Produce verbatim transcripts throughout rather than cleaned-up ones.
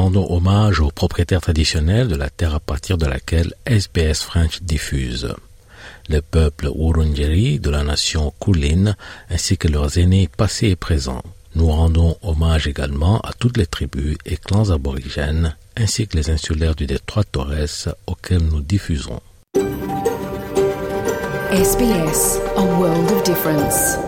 rendons hommage aux propriétaires traditionnels de la terre à partir de laquelle S B S French diffuse. Le peuple Wurundjeri de la nation Kulin ainsi que leurs aînés passés et présents. Nous rendons hommage également à toutes les tribus et clans aborigènes ainsi que les insulaires du détroit de Torres auxquels nous diffusons. S B S, a world of difference.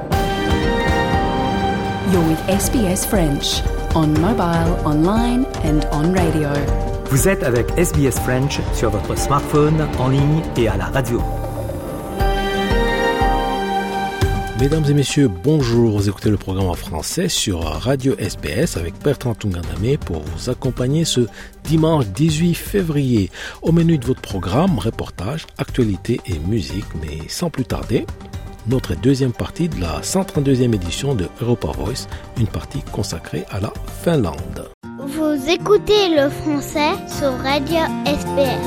You're with S B S French, on mobile, online and on radio. Vous êtes avec S B S French sur votre smartphone, en ligne et à la radio. Mesdames et messieurs, bonjour. Vous écoutez le programme en français sur Radio S B S avec Bertrand Tungandame pour vous accompagner ce dimanche dix-huit février. Au menu de votre programme, reportage, actualité et musique. Mais sans plus tarder, notre deuxième partie de la cent trente-deuxième édition de Europa Voice, une partie consacrée à la Finlande. Vous écoutez le français sur Radio S B S.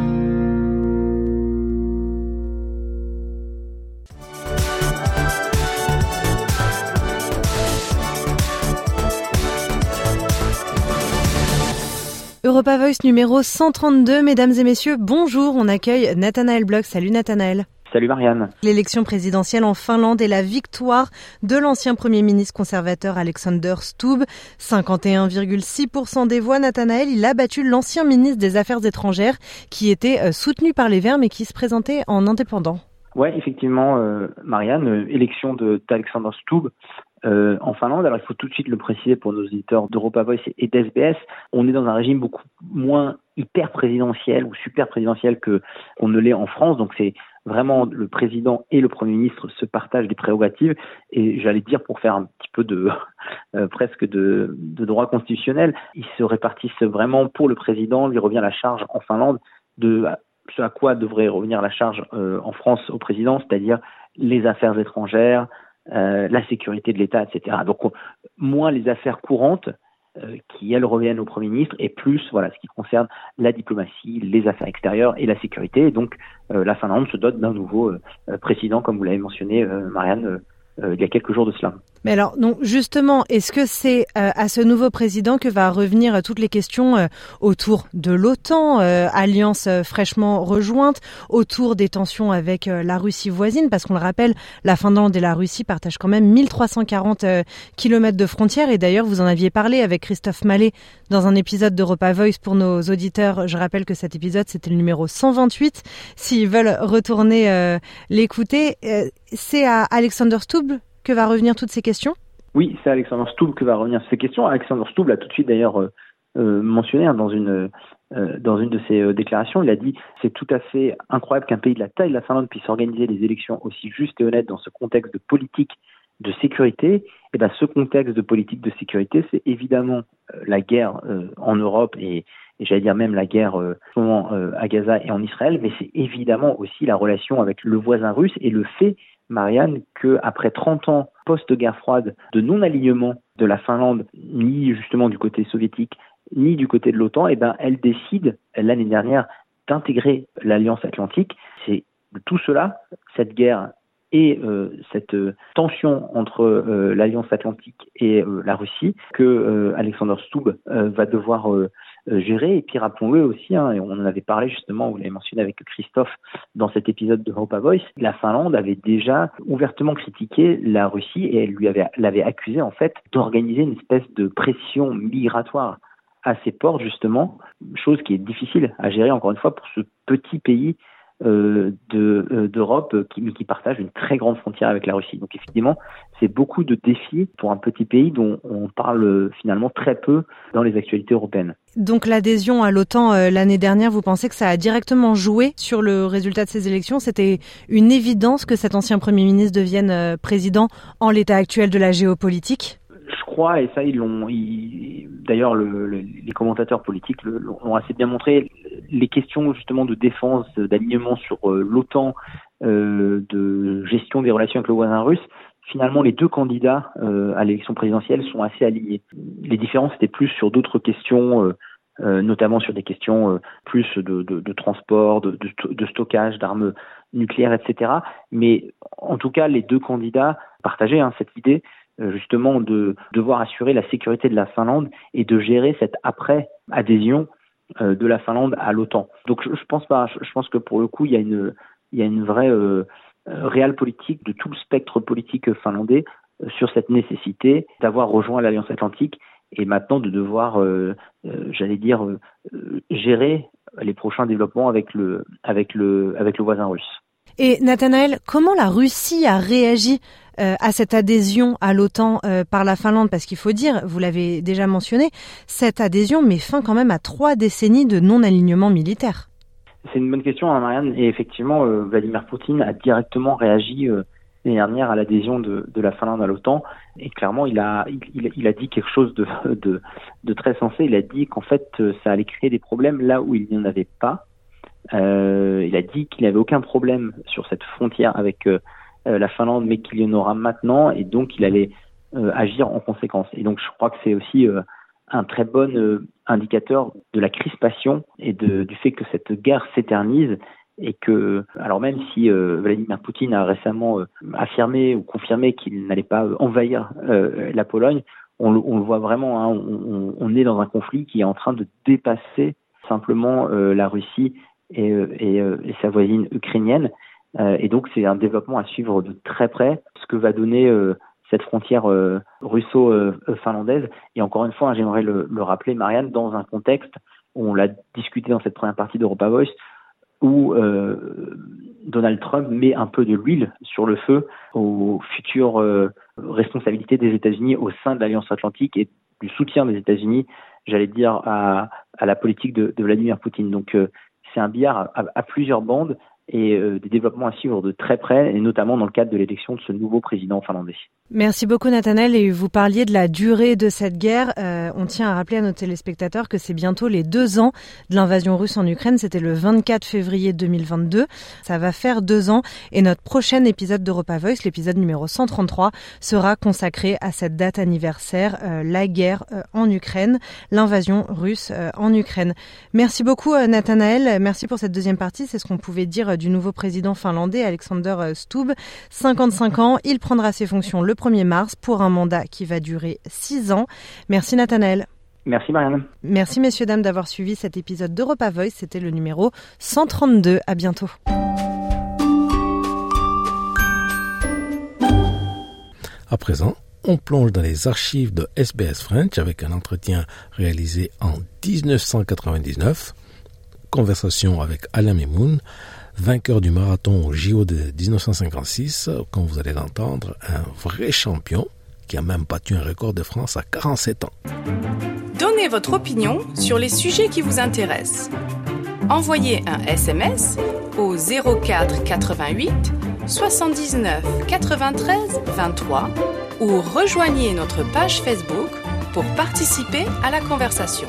Europa Voice numéro cent trente-deux, mesdames et messieurs, bonjour, on accueille Nathanaël Bloch. Salut Nathanaël. Salut Marianne. L'élection présidentielle en Finlande est la victoire de l'ancien Premier ministre conservateur Alexander Stubb. cinquante et un virgule six pour cent des voix, Nathanaël, il a battu l'ancien ministre des Affaires étrangères qui était soutenu par les Verts mais qui se présentait en indépendant. Ouais, effectivement, euh, Marianne, euh, élection de, d'Alexander Stubb euh, en Finlande. Alors il faut tout de suite le préciser pour nos auditeurs d'Europa Voice et d'S B S, on est dans un régime beaucoup moins hyper présidentiel ou super présidentiel que qu'on ne l'est en France. Donc c'est vraiment le président et le Premier ministre se partagent des prérogatives et j'allais dire pour faire un petit peu de euh, presque de, de droit constitutionnel, ils se répartissent vraiment pour le président, lui revient la charge en Finlande de ce à quoi devrait revenir la charge euh, en France au président, c'est-à-dire les affaires étrangères, euh, la sécurité de l'État, et cetera. Donc on, moins les affaires courantes euh, qui elles reviennent au Premier ministre et plus voilà ce qui concerne la diplomatie, les affaires extérieures et la sécurité. Et donc euh, la Finlande se dote d'un nouveau euh, président, comme vous l'avez mentionné, euh, Marianne, euh, euh, il y a quelques jours de cela. Mais alors, donc justement, est-ce que c'est euh, à ce nouveau président que va revenir euh, toutes les questions euh, autour de l'OTAN, euh, alliance euh, fraîchement rejointe, autour des tensions avec euh, la Russie voisine, parce qu'on le rappelle, la Finlande et la Russie partagent quand même mille trois cent quarante euh, kilomètres de frontières. Et d'ailleurs, vous en aviez parlé avec Christophe Mallet dans un épisode d'Europa Voice pour nos auditeurs. Je rappelle que cet épisode, c'était le numéro cent vingt-huit. S'ils veulent retourner euh, l'écouter, euh, c'est à Alexander Stubb que va revenir toutes ces questions ? Oui, c'est Alexander Stubb que va revenir ces questions. Alexander Stubb l'a tout de suite d'ailleurs euh, euh, mentionné hein, dans une euh, dans une de ses euh, déclarations. Il a dit « C'est tout à fait incroyable qu'un pays de la taille de la Finlande puisse organiser des élections aussi justes et honnêtes dans ce contexte de politique de sécurité. » Et ben, ce contexte de politique de sécurité, c'est évidemment euh, la guerre euh, en Europe et, et j'allais dire même la guerre euh, euh, à Gaza et en Israël, mais c'est évidemment aussi la relation avec le voisin russe et le fait, Marianne, qu'après trente ans post-guerre froide de non-alignement de la Finlande, ni justement du côté soviétique, ni du côté de l'OTAN, eh ben, elle décide l'année dernière d'intégrer l'Alliance Atlantique. C'est tout cela, cette guerre et euh, cette euh, tension entre euh, l'Alliance Atlantique et euh, la Russie que euh, Alexander Stubb euh, va devoir euh, gérer. Et puis rappelons-le aussi, hein, et on en avait parlé justement, vous l'avez mentionné avec Christophe dans cet épisode de Europa Voice, la Finlande avait déjà ouvertement critiqué la Russie et elle lui avait l'avait accusé en fait d'organiser une espèce de pression migratoire à ses portes justement, chose qui est difficile à gérer encore une fois pour ce petit pays Euh, de, euh, d'Europe euh, qui, qui partage une très grande frontière avec la Russie. Donc effectivement, c'est beaucoup de défis pour un petit pays dont on parle euh, finalement très peu dans les actualités européennes. Donc l'adhésion à l'OTAN euh, l'année dernière, vous pensez que ça a directement joué sur le résultat de ces élections ? C'était une évidence que cet ancien Premier ministre devienne euh, président en l'état actuel de la géopolitique ? Je crois, et ça ils l'ont, ils, d'ailleurs le, le, les commentateurs politiques le, l'ont assez bien montré, les questions justement de défense, d'alignement sur euh, l'OTAN, euh, de gestion des relations avec le voisin russe, finalement les deux candidats euh, à l'élection présidentielle sont assez alignés. Les différences étaient plus sur d'autres questions, euh, euh, notamment sur des questions euh, plus de, de, de transport, de, de, de stockage d'armes nucléaires, et cetera. Mais en tout cas, les deux candidats partageaient hein, cette idée justement de devoir assurer la sécurité de la Finlande et de gérer cette après-adhésion euh, de la Finlande à l'OTAN. Donc je, je pense pas, je, je pense que pour le coup il y a une, il y a une vraie euh, réelle politique de tout le spectre politique finlandais euh, sur cette nécessité d'avoir rejoint l'Alliance Atlantique et maintenant de devoir, euh, euh, j'allais dire, euh, gérer les prochains développements avec le, avec le, avec le voisin russe. Et Nathanaël, comment la Russie a réagi euh, à cette adhésion à l'OTAN euh, par la Finlande? Parce qu'il faut dire, vous l'avez déjà mentionné, cette adhésion met fin quand même à trois décennies de non-alignement militaire. C'est une bonne question, hein, Marianne. Et effectivement, euh, Vladimir Poutine a directement réagi euh, l'année dernière à l'adhésion de, de la Finlande à l'OTAN. Et clairement, il a, il, il a dit quelque chose de, de, de très sensé. Il a dit qu'en fait, ça allait créer des problèmes là où il n'y en avait pas. Euh, il a dit qu'il n'avait aucun problème sur cette frontière avec euh, la Finlande, mais qu'il y en aura maintenant, et donc il allait euh, agir en conséquence. Et donc je crois que c'est aussi euh, un très bon euh, indicateur de la crispation et de, du fait que cette guerre s'éternise, et que, alors même si euh, Vladimir Poutine a récemment euh, affirmé ou confirmé qu'il n'allait pas euh, envahir euh, la Pologne, on, on le voit vraiment, hein, on, on est dans un conflit qui est en train de dépasser simplement euh, la Russie et, et, et sa voisine ukrainienne. Euh, et donc, c'est un développement à suivre de très près, ce que va donner euh, cette frontière euh, russo-finlandaise. Et encore une fois, hein, j'aimerais le, le rappeler, Marianne, dans un contexte où on l'a discuté dans cette première partie d'Europa Voice, où euh, Donald Trump met un peu de l'huile sur le feu aux futures euh, responsabilités des États-Unis au sein de l'Alliance Atlantique et du soutien des États-Unis, j'allais dire, à, à la politique de, de Vladimir Poutine. Donc, euh, c'est un billard à, à plusieurs bandes et euh, des développements à suivre de très près, et notamment dans le cadre de l'élection de ce nouveau président finlandais. Merci beaucoup Nathanaël, et vous parliez de la durée de cette guerre. Euh, on tient à rappeler à nos téléspectateurs que c'est bientôt les deux ans de l'invasion russe en Ukraine. C'était le vingt-quatre février deux mille vingt-deux. Ça va faire deux ans, et notre prochain épisode d'Europa Voice, l'épisode numéro cent trente-trois, sera consacré à cette date anniversaire, euh, la guerre euh, en Ukraine, l'invasion russe euh, en Ukraine. Merci beaucoup euh, Nathanaël, merci pour cette deuxième partie. C'est ce qu'on pouvait dire euh, du nouveau président finlandais, Alexander Stubb, cinquante-cinq ans. Il prendra ses fonctions le premier mars pour un mandat qui va durer six ans. Merci Nathanaël. Merci Marianne. Merci messieurs, dames d'avoir suivi cet épisode d'Europa Voice. C'était le numéro cent trente-deux. À bientôt. À présent, on plonge dans les archives de S B S French avec un entretien réalisé en dix-neuf cent quatre-vingt-dix-neuf. Conversation avec Alain Mimoun, vainqueur du marathon au J O de dix-neuf cent cinquante-six, comme vous allez l'entendre, un vrai champion qui a même battu un record de France à quarante-sept ans. Donnez votre opinion sur les sujets qui vous intéressent. Envoyez un S M S au zéro quatre quatre-vingt-huit soixante-dix-neuf quatre-vingt-treize vingt-trois ou rejoignez notre page Facebook pour participer à la conversation.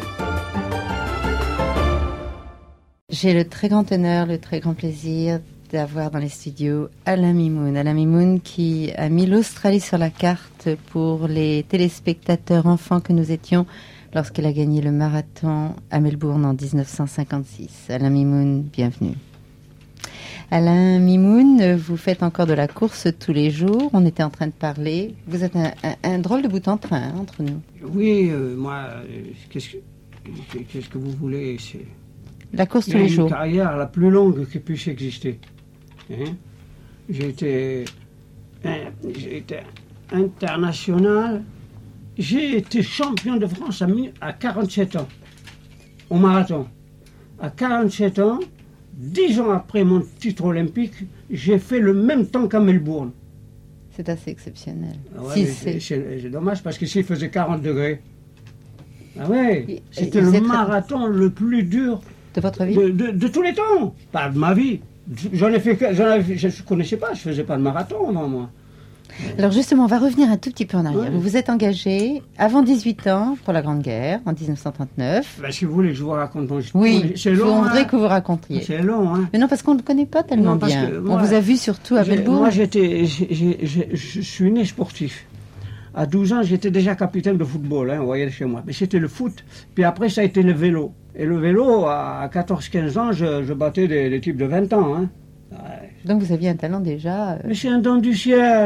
J'ai le très grand honneur, le très grand plaisir d'avoir dans les studios Alain Mimoun. Alain Mimoun qui a mis l'Australie sur la carte pour les téléspectateurs enfants que nous étions lorsqu'il a gagné le marathon à Melbourne en dix-neuf cent cinquante-six. Alain Mimoun, bienvenue. Alain Mimoun, vous faites encore de la course tous les jours. On était en train de parler. Vous êtes un, un, un drôle de bout en train hein, entre nous. Oui, euh, moi, euh, qu'est-ce que, qu'est-ce que vous voulez c'est... La course tous les jours. C'est la carrière la plus longue qui puisse exister. Hein? J'ai été, hein, j'ai été international. J'ai été champion de France à, à quarante-sept ans, au marathon. À quarante-sept ans, dix ans après mon titre olympique, j'ai fait le même temps qu'à Melbourne. C'est assez exceptionnel. Ah ouais, si c'est... C'est, c'est dommage parce que s'il faisait quarante degrés. Ah ouais, c'était le marathon très... le plus dur de votre vie, de, de, de tous les temps, pas de ma vie. J'en ai fait, j'en avais, je ne connaissais pas, je ne faisais pas de marathon avant moi. Alors justement, on va revenir un tout petit peu en arrière. Ouais. Vous vous êtes engagé avant dix-huit ans pour la Grande Guerre en dix-neuf cent trente-neuf. Ben, si vous voulez que je vous raconte, bon, je... oui, c'est long. On voudrait hein. que vous racontiez. C'est long, hein. Mais non, parce qu'on ne le connaît pas tellement non, bien. Moi, on vous a vu surtout à Melbourne. Moi, j'étais, j'ai, j'ai, j'ai, je suis né sportif. À douze ans, j'étais déjà capitaine de football, hein, vous voyez chez moi. Mais c'était le foot. Puis après, ça a été le vélo. Et le vélo, à quatorze quinze ans, je, je battais des, des types de vingt ans. Hein. Ouais. Donc vous aviez un talent déjà... Euh... Mais c'est un don du ciel.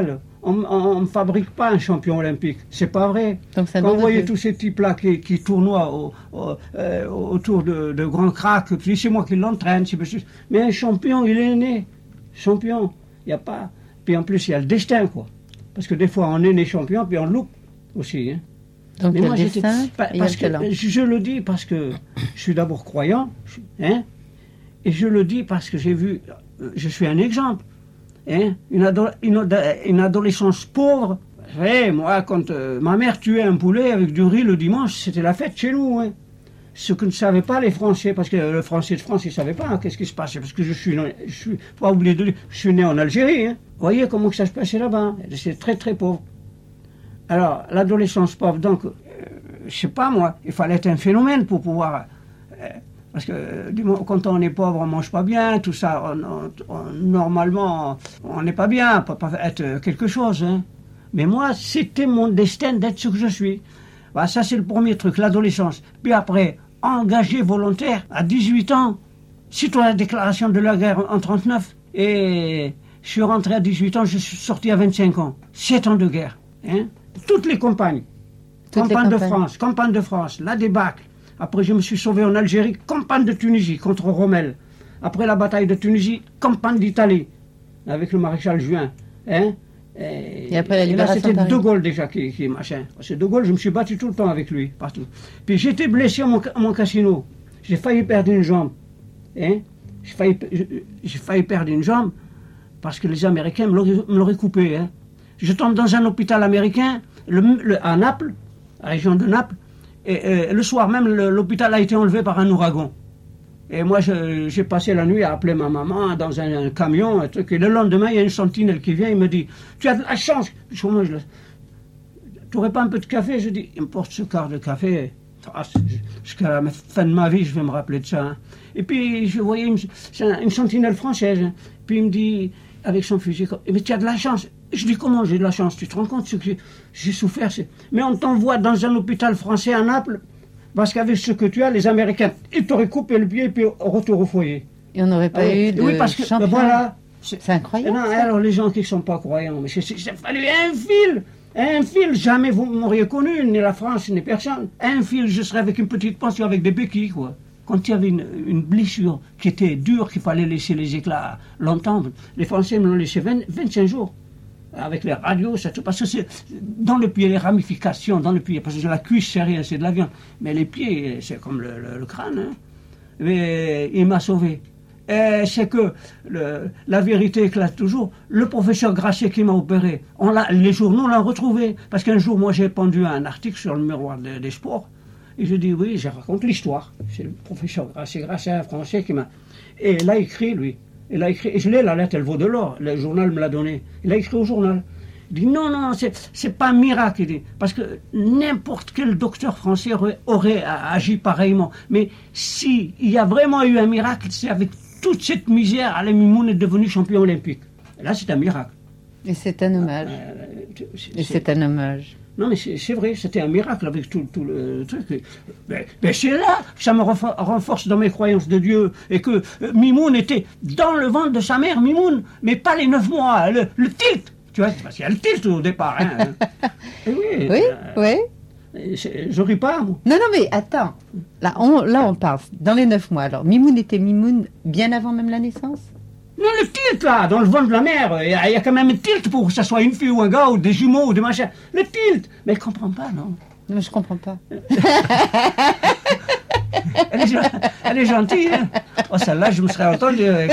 on ne fabrique pas un champion olympique. C'est pas vrai. Donc, ça Quand vous voyez de... tous ces types-là qui, qui tournoient au, au, euh, autour de, de grands cracks, puis c'est moi qui l'entraîne. Mais un champion, il est né. Champion. Il n'y a pas. Puis en plus, il y a le destin, quoi. Parce que des fois, on est né champion, puis on loupe aussi. Hein. Donc, mais il y a moi, le destin, pas, et parce il y a le que, talent. je, je le dis parce que je suis d'abord croyant, hein, et je le dis parce que j'ai vu, je suis un exemple. Hein, une, ado, une, une adolescence pauvre. Vous savez, moi, quand euh, ma mère tuait un poulet avec du riz le dimanche, c'était la fête chez nous. Hein. Ce que ne savaient pas les Français, parce que le Français de France, ils ne savaient pas hein, qu'est-ce qui se passait. Parce que je suis, je suis, pas oublier de dire, je suis né en Algérie. Hein. Vous voyez comment que ça se passait là-bas. C'est très très pauvre. Alors, l'adolescence pauvre, donc, euh, je sais pas moi, il fallait être un phénomène pour pouvoir... Euh, parce que euh, quand on est pauvre, on mange pas bien, tout ça, on, on, on, normalement, on n'est pas bien, on peut pas être quelque chose. Hein. Mais moi, c'était mon destin d'être ce que je suis. Bah, ça, c'est le premier truc, l'adolescence. Puis après, engagé volontaire, à dix-huit ans, suite à la déclaration de la guerre en trente-neuf, et je suis rentré à dix-huit ans, je suis sorti à vingt-cinq ans. sept ans de guerre. Hein. Toutes les campagnes. Toutes campagne les de campagnes. France, campagne de France, la débâcle. Après, je me suis sauvé en Algérie, campagne de Tunisie contre Rommel. Après la bataille de Tunisie, campagne d'Italie, avec le maréchal Juin. Hein. Et, et après la libération et là, c'était de Paris. De Gaulle déjà qui, qui machin. C'est De Gaulle, je me suis battu tout le temps avec lui, partout. Puis j'étais blessé à mon, à mon casino. J'ai failli perdre une jambe. Hein. J'ai failli, j'ai failli perdre une jambe parce que les Américains me l'auraient, me l'auraient coupé. Hein. Je tombe dans un hôpital américain, le, le, à Naples, la région de Naples. Et, et le soir même, le, l'hôpital a été enlevé par un ouragan. Et moi, je, j'ai passé la nuit à appeler ma maman dans un, un camion, un truc. Et le lendemain, il y a une sentinelle qui vient, il me dit « Tu as de la chance !» Je dis « Moi, je tu n'aurais pas un peu de café ?» Je dis « Il me porte ce quart de café. Ah, jusqu'à la fin de ma vie, je vais me rappeler de ça. Hein. » Et puis, je voyais une, une sentinelle française. Hein. Puis il me dit, avec son fusil, « Mais tu as de la chance !» Je dis, comment j'ai de la chance? Tu te rends compte ce que j'ai, j'ai souffert? C'est... Mais on t'envoie dans un hôpital français à Naples, parce qu'avec ce que tu as, les Américains, ils t'auraient coupé le pied et puis retour au foyer. Et on n'aurait pas ah, eu de oui, parce que, champion. Voilà. C'est, c'est incroyable. Non, alors les gens qui ne sont pas croyants, mais il a fallu un fil, un fil, jamais vous m'auriez connu, ni la France, ni personne. Un fil, je serais avec une petite pension, avec des béquilles, quoi. Quand il y avait une, une blessure qui était dure, qu'il fallait laisser les éclats longtemps, les Français me l'ont laissé vingt, vingt-cinq jours. Avec les radios, ça tout, parce que c'est dans le pied, les ramifications, dans le pied, parce que la cuisse, c'est rien, c'est de la viande. Mais les pieds, c'est comme le, le, le crâne. Hein. Mais il m'a sauvé. Et c'est que le, la vérité éclate toujours. Le professeur Grasset qui m'a opéré, on l'a, les journaux l'ont retrouvé. Parce qu'un jour, moi, j'ai pendu un article sur le miroir des, des sports. Et je dis, oui, je raconte l'histoire. C'est le professeur Grasset, Grasset, un Français qui m'a... Et il a écrit, lui. Il a écrit, et je l'ai, la lettre, elle vaut de l'or. Le journal me l'a donné. Il a écrit au journal. Il dit, non, non, c'est, c'est pas un miracle. Il dit, parce que n'importe quel docteur français aurait, aurait agi pareillement. Mais si il y a vraiment eu un miracle, c'est avec toute cette misère, Alain Mimoun est devenu champion olympique. Et là, c'est un miracle. Et c'est un hommage. Euh, c'est, et c'est, c'est un hommage. Non, mais c'est, c'est vrai, c'était un miracle avec tout, tout le truc. Mais, mais c'est là que ça me renforce dans mes croyances de Dieu. Et que euh, Mimoun était dans le ventre de sa mère, Mimoun, mais pas les neuf mois, le, le tilt. Tu vois, parce qu'il y a le tilt au départ. Hein. Et oui, oui, euh, oui. Je ris pas, moi. Non, non, mais attends. Là, on, là, on parle dans les neuf mois. Alors, Mimoun était Mimoun bien avant même la naissance? Non, le tilt, là, dans le ventre de la mère, il y, a, il y a quand même un tilt pour que ça soit une fille ou un gars, ou des jumeaux, ou des machins. Le tilt. Mais elle comprend pas, non? Non, je comprends pas. elle, est, elle est gentille, hein? Oh, celle-là, je me serais entendu avec...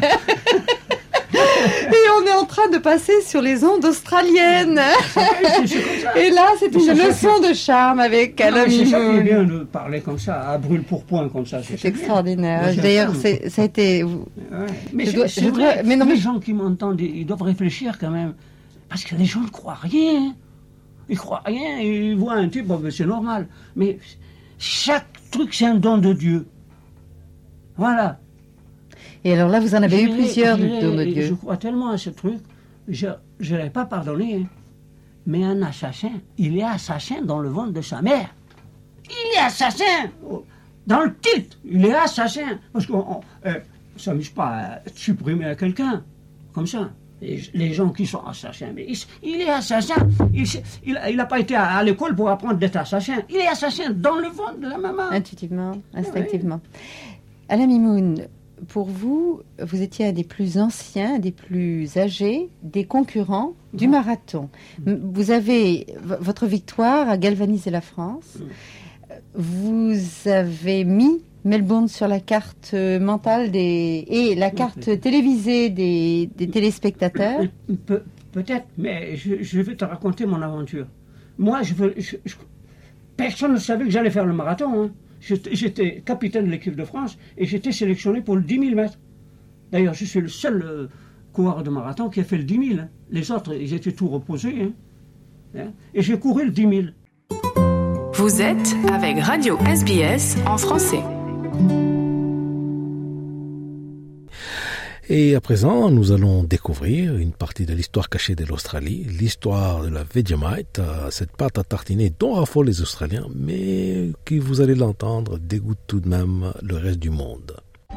Et on est en train de passer sur les ondes australiennes. Et là, c'est une leçon de charme avec Alain Mimoun. C'est ça qui est bien de parler comme ça, à brûle-pourpoint comme ça. C'est, c'est extraordinaire. D'ailleurs, c'est, ça a été... Ouais. Mais, je c'est, dois, c'est je vrai, dois... mais non, les mais... gens qui m'entendent, ils doivent réfléchir quand même. Parce que les gens ne croient rien. Ils croient rien, ils voient un type, bon, c'est normal. Mais chaque truc, c'est un don de Dieu. Voilà. Et alors là, vous en avez j'irai, eu plusieurs du don de Dieu. Je crois tellement à ce truc, je ne l'ai pas pardonné. Hein. Mais un assassin, il est assassin dans le ventre de sa mère. Il est assassin dans le titre. Il est assassin. Parce qu'on ne euh, s'amuse pas à supprimer à quelqu'un, comme ça. Les, les gens qui sont assassins, mais il, il est assassin. Il il n'a pas été à, à l'école pour apprendre d'être assassin. Il est assassin dans le ventre de la maman. Intuitivement, instinctivement. Oui. Alain Mimoun, pour vous, vous étiez un des plus anciens, des plus âgés, des concurrents mmh. du marathon. Mmh. Vous avez, v- votre victoire a galvanisé la France. Mmh. Vous avez mis Melbourne sur la carte mentale des, et la carte télévisée des, des téléspectateurs. Pe- peut-être, mais je, je vais te raconter mon aventure. Moi, je veux, je, je, personne ne savait que j'allais faire le marathon. Hein. J'étais, j'étais capitaine de l'équipe de France et j'étais sélectionné pour le dix mille mètres. D'ailleurs, je suis le seul euh, coureur de marathon qui a fait le dix mille. Hein. Les autres, ils étaient tous reposés. Hein. Hein. Et j'ai couru le dix mille. Vous êtes avec Radio S B S en français. Et à présent, nous allons découvrir une partie de l'histoire cachée de l'Australie, l'histoire de la Vegemite, cette pâte à tartiner dont raffolent les Australiens, mais qui, vous allez l'entendre, dégoûte tout de même le reste du monde.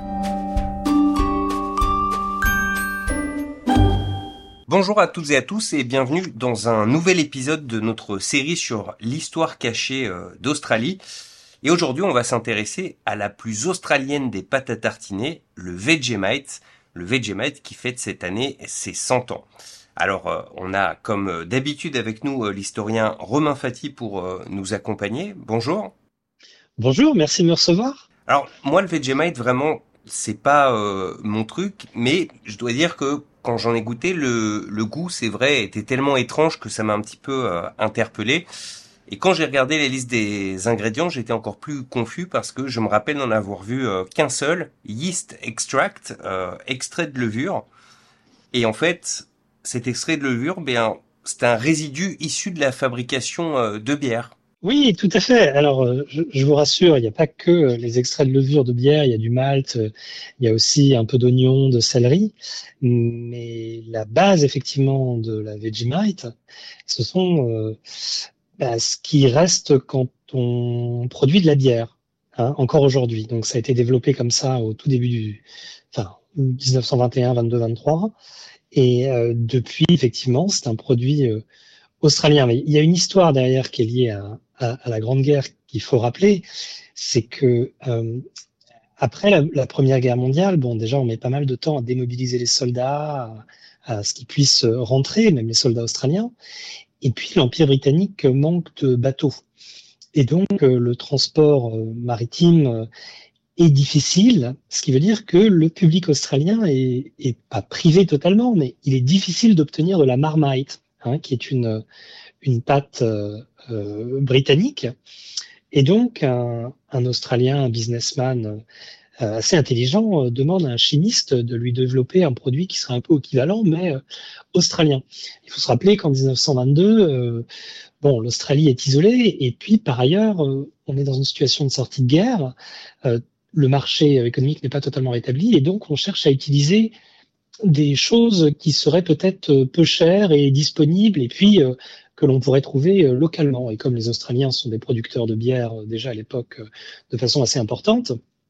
Bonjour à toutes et à tous et bienvenue dans un nouvel épisode de notre série sur l'histoire cachée d'Australie. Et aujourd'hui, on va s'intéresser à la plus australienne des pâtes à tartiner, le Vegemite, le Vegemite qui fête cette année ses cent ans. Alors, euh, on a comme d'habitude avec nous euh, l'historien Romain Fati pour euh, nous accompagner. Bonjour. Bonjour, merci de me recevoir. Alors, moi, le Vegemite, vraiment, c'est pas euh, mon truc, mais je dois dire que quand j'en ai goûté, le, le goût, c'est vrai, était tellement étrange que ça m'a un petit peu euh, interpellé. Et quand j'ai regardé les listes des ingrédients, j'étais encore plus confus parce que je me rappelle n'en avoir vu euh, qu'un seul, yeast extract, euh, extrait de levure. Et en fait, cet extrait de levure, ben, c'est un résidu issu de la fabrication euh, de bière. Oui, tout à fait. Alors, euh, je, je vous rassure, il n'y a pas que euh, les extraits de levure de bière, il y a du malt, euh, il y a aussi un peu d'oignon, de céleri. Mais la base, effectivement, de la Vegemite, ce sont... Euh, Bah, ce qui reste quand on produit de la bière, hein, encore aujourd'hui. Donc, ça a été développé comme ça au tout début du, enfin, dix-neuf cent vingt et un, vingt-deux, vingt-trois. Et euh, depuis, effectivement, c'est un produit euh, australien. Mais il y a une histoire derrière qui est liée à, à, à la Grande Guerre qu'il faut rappeler. C'est que euh, après la, la Première Guerre mondiale, bon, déjà, on met pas mal de temps à démobiliser les soldats, à, à ce qu'ils puissent rentrer, même les soldats australiens. Et puis, l'Empire britannique manque de bateaux. Et donc, euh, le transport euh, maritime euh, est difficile, ce qui veut dire que le public australien est, est pas privé totalement, mais il est difficile d'obtenir de la Marmite, hein, qui est une, une pâte euh, euh, britannique. Et donc, un, un Australien, un businessman euh, assez intelligent, euh, demande à un chimiste de lui développer un produit qui serait un peu équivalent, mais euh, australien. Il faut se rappeler qu'en dix-neuf cent vingt-deux, euh, bon, l'Australie est isolée, et puis par ailleurs, euh, on est dans une situation de sortie de guerre, euh, le marché économique n'est pas totalement rétabli, et donc on cherche à utiliser des choses qui seraient peut-être peu chères et disponibles, et puis euh, que l'on pourrait trouver euh, localement. Et comme les Australiens sont des producteurs de bière euh, déjà à l'époque euh, de façon assez importante,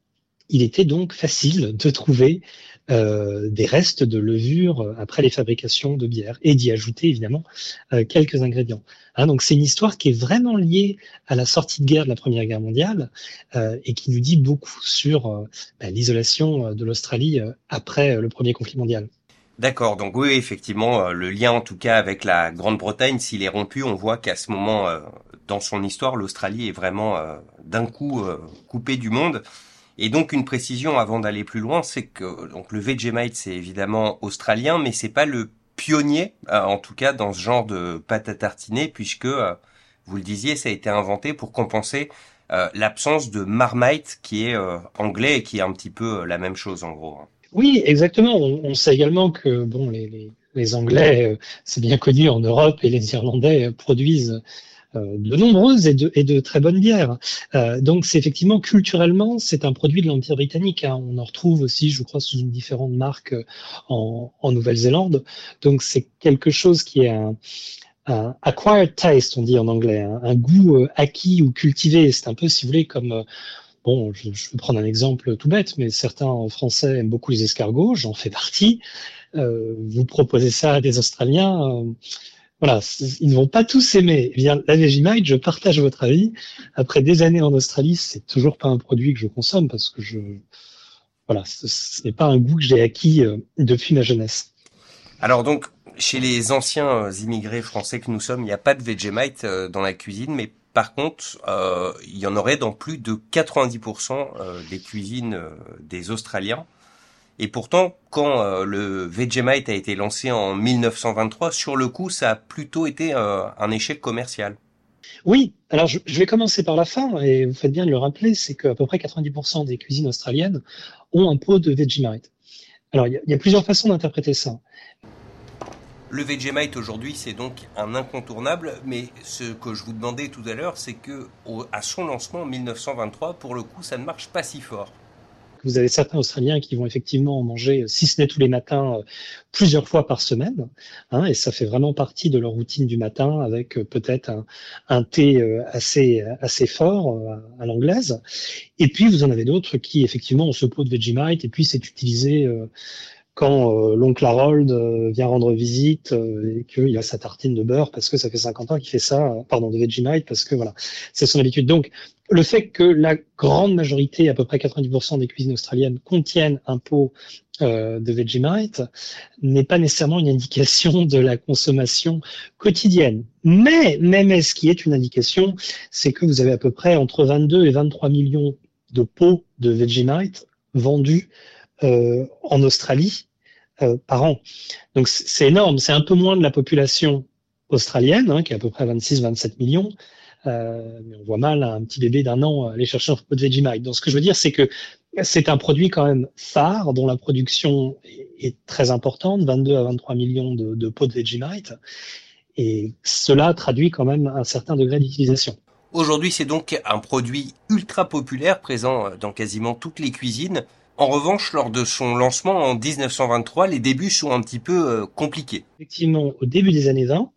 il était donc facile de trouver euh, des restes de levure après les fabrications de bière et d'y ajouter évidemment euh, quelques ingrédients. Hein, donc c'est une histoire qui est vraiment liée à la sortie de guerre de la Première Guerre mondiale euh, et qui nous dit beaucoup sur euh, bah, l'isolation de l'Australie euh, après le premier conflit mondial. D'accord, donc oui, effectivement, euh, le lien en tout cas avec la Grande-Bretagne, s'il est rompu, on voit qu'à ce moment, euh, dans son histoire, l'Australie est vraiment euh, d'un coup euh, coupée du monde. Et donc une précision avant d'aller plus loin, c'est que donc le Vegemite c'est évidemment australien, mais c'est pas le pionnier, euh, en tout cas dans ce genre de pâte à tartiner, puisque euh, vous le disiez, ça a été inventé pour compenser euh, l'absence de Marmite qui est euh, anglais et qui est un petit peu euh, la même chose en gros. Oui, exactement. On, on sait également que bon, les, les, les Anglais, euh, c'est bien connu en Europe, et les Irlandais euh, produisent de nombreuses et de, et de très bonnes bières. Euh, donc c'est effectivement culturellement c'est un produit de l'Empire britannique. Hein. On en retrouve aussi, je crois, sous une différente marque en, en Nouvelle-Zélande. Donc c'est quelque chose qui est un, un acquired taste, on dit en anglais, hein, un goût euh, acquis ou cultivé. C'est un peu, si vous voulez, comme euh, bon, je, je vais prendre un exemple tout bête, mais certains Français aiment beaucoup les escargots, j'en fais partie. euh, vous proposez ça à des Australiens, euh, voilà, ils ne vont pas tous aimer. Eh bien, la Vegemite, je partage votre avis. Après des années en Australie, c'est toujours pas un produit que je consomme parce que je, voilà, ce, ce n'est pas un goût que j'ai acquis euh, depuis ma jeunesse. Alors donc, chez les anciens immigrés français que nous sommes, il n'y a pas de Vegemite euh, dans la cuisine, mais par contre, euh, il y en aurait dans plus de quatre-vingt-dix pour cent euh, des cuisines euh, des Australiens. Et pourtant, quand euh, le Vegemite a été lancé en mille neuf cent vingt-trois, sur le coup, ça a plutôt été euh, un échec commercial. Oui, alors je, je vais commencer par la fin, et vous faites bien de le rappeler, c'est qu'à peu près quatre-vingt-dix pour cent des cuisines australiennes ont un pot de Vegemite. Alors, il y a, il y a plusieurs façons d'interpréter ça. Le Vegemite aujourd'hui, c'est donc un incontournable, mais ce que je vous demandais tout à l'heure, c'est que au, à son lancement en mille neuf cent vingt-trois, pour le coup, ça ne marche pas si fort. Vous avez certains Australiens qui vont effectivement manger, si ce n'est tous les matins, plusieurs fois par semaine, hein, et ça fait vraiment partie de leur routine du matin, avec peut-être un, un thé assez assez fort à, à l'anglaise. Et puis vous en avez d'autres qui effectivement ont ce pot de Vegemite, et puis c'est utilisé euh, quand euh, l'oncle Harold euh, vient rendre visite euh, et qu'il a sa tartine de beurre parce que ça fait cinquante ans qu'il fait ça, euh, pardon, de Vegemite, parce que voilà, c'est son habitude. Donc, le fait que la grande majorité, à peu près quatre-vingt-dix pour cent des cuisines australiennes, contiennent un pot euh, de Vegemite n'est pas nécessairement une indication de la consommation quotidienne. Mais, même ce qui est une indication, c'est que vous avez à peu près entre vingt-deux et vingt-trois millions de pots de Vegemite vendus Euh, en Australie euh, par an. Donc c'est énorme, c'est un peu moins de la population australienne, hein, qui est à peu près vingt-six à vingt-sept millions, euh, mais on voit mal un petit bébé d'un an aller chercher un pot de Vegemite. Donc ce que je veux dire, c'est que c'est un produit quand même phare, dont la production est très importante, vingt-deux à vingt-trois millions de, de pots de Vegemite, et cela traduit quand même un certain degré d'utilisation. Aujourd'hui, c'est donc un produit ultra populaire, présent dans quasiment toutes les cuisines. En revanche, lors de son lancement en dix-neuf cent vingt-trois, les débuts sont un petit peu euh, compliqués. Effectivement, au début des années vingt,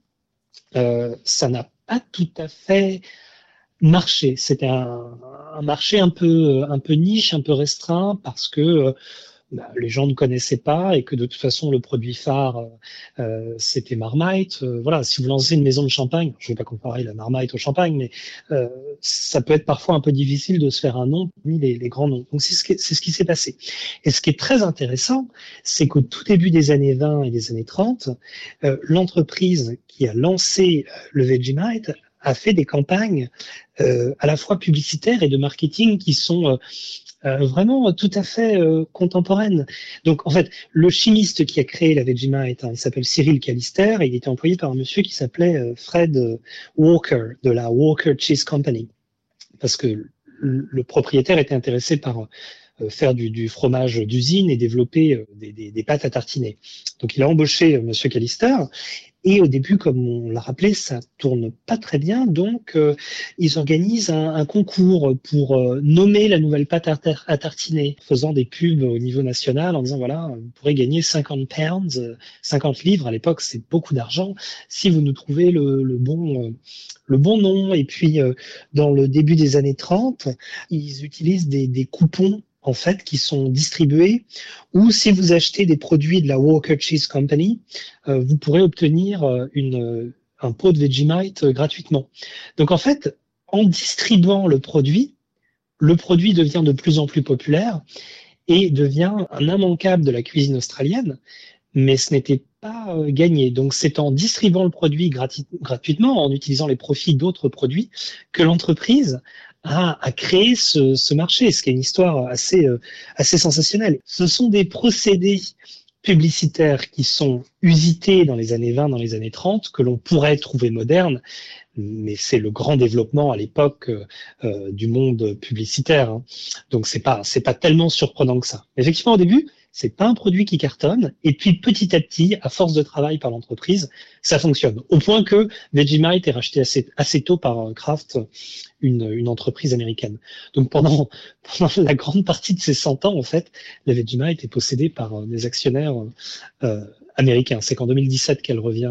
euh, ça n'a pas tout à fait marché. C'était un, un marché un peu, un peu niche, un peu restreint, parce que euh, bah, les gens ne connaissaient pas et que de toute façon le produit phare euh, c'était Marmite. Euh, voilà, si vous lancez une maison de champagne, je ne vais pas comparer la Marmite au champagne, mais euh, ça peut être parfois un peu difficile de se faire un nom parmi les, les grands noms. Donc c'est ce qui, c'est ce qui s'est passé. Et ce qui est très intéressant, c'est qu'au tout début des années vingt et des années trente, euh, l'entreprise qui a lancé le Vegemite a fait des campagnes euh, à la fois publicitaires et de marketing qui sont euh, Euh, vraiment tout à fait euh, contemporaine. Donc en fait, le chimiste qui a créé la Vegemite, hein, il s'appelle Cyril Callister, et il était employé par un monsieur qui s'appelait euh, Fred euh, Walker, de la Walker Cheese Company, parce que le, le propriétaire était intéressé par euh, faire du, du fromage d'usine et développer euh, des, des, des pâtes à tartiner. Donc il a embauché euh, monsieur Callister. Et au début, comme on l'a rappelé, ça tourne pas très bien, donc euh, ils organisent un, un concours pour euh, nommer la nouvelle pâte à, tar- à tartiner, faisant des pubs au niveau national en disant voilà, vous pourrez gagner cinquante pounds, euh, cinquante livres. À l'époque, c'est beaucoup d'argent si vous nous trouvez le, le bon, euh, le bon nom. Et puis, euh, dans le début des années trente, ils utilisent des, des coupons en fait, qui sont distribués, ou si vous achetez des produits de la Walker Cheese Company, euh, vous pourrez obtenir une, un pot de Vegemite euh, gratuitement. Donc en fait, en distribuant le produit, le produit devient de plus en plus populaire et devient un immanquable de la cuisine australienne, mais ce n'était pas euh, gagné. Donc c'est en distribuant le produit grati- gratuitement, en utilisant les profits d'autres produits, que l'entreprise à, à créer ce, ce marché, ce qui est une histoire assez, euh, assez sensationnelle. Ce sont des procédés publicitaires qui sont usités dans les années vingt, dans les années trente, que l'on pourrait trouver modernes, mais c'est le grand développement à l'époque euh, du monde publicitaire. Hein. Donc c'est pas, c'est pas tellement surprenant que ça. Effectivement, au début, c'est pas un produit qui cartonne, et puis petit à petit, à force de travail par l'entreprise, ça fonctionne. Au point que Vegemite est racheté assez, assez tôt par Kraft, une, une entreprise américaine. Donc pendant, pendant la grande partie de ces cent ans, en fait, la Vegemite est possédée par des actionnaires euh, américains. C'est qu'en deux mille dix-sept qu'elle revient